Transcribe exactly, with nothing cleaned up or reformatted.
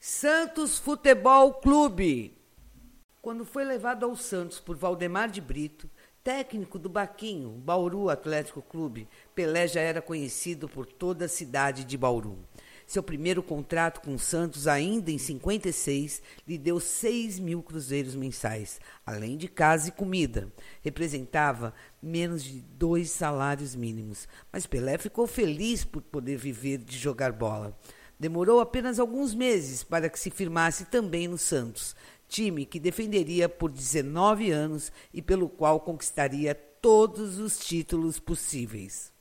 Santos Futebol Clube. Quando foi levado ao Santos por Valdemar de Brito, técnico do Baquinho, Bauru Atlético Clube, Pelé já era conhecido por toda a cidade de Bauru. Seu primeiro contrato com o Santos, ainda em cinquenta e seis, lhe deu seis mil cruzeiros mensais, além de casa e comida. Representava menos de dois salários mínimos, mas Pelé ficou feliz por poder viver de jogar bola. Demorou apenas alguns meses para que se firmasse também no Santos, time que defenderia por dezenove anos e pelo qual conquistaria todos os títulos possíveis.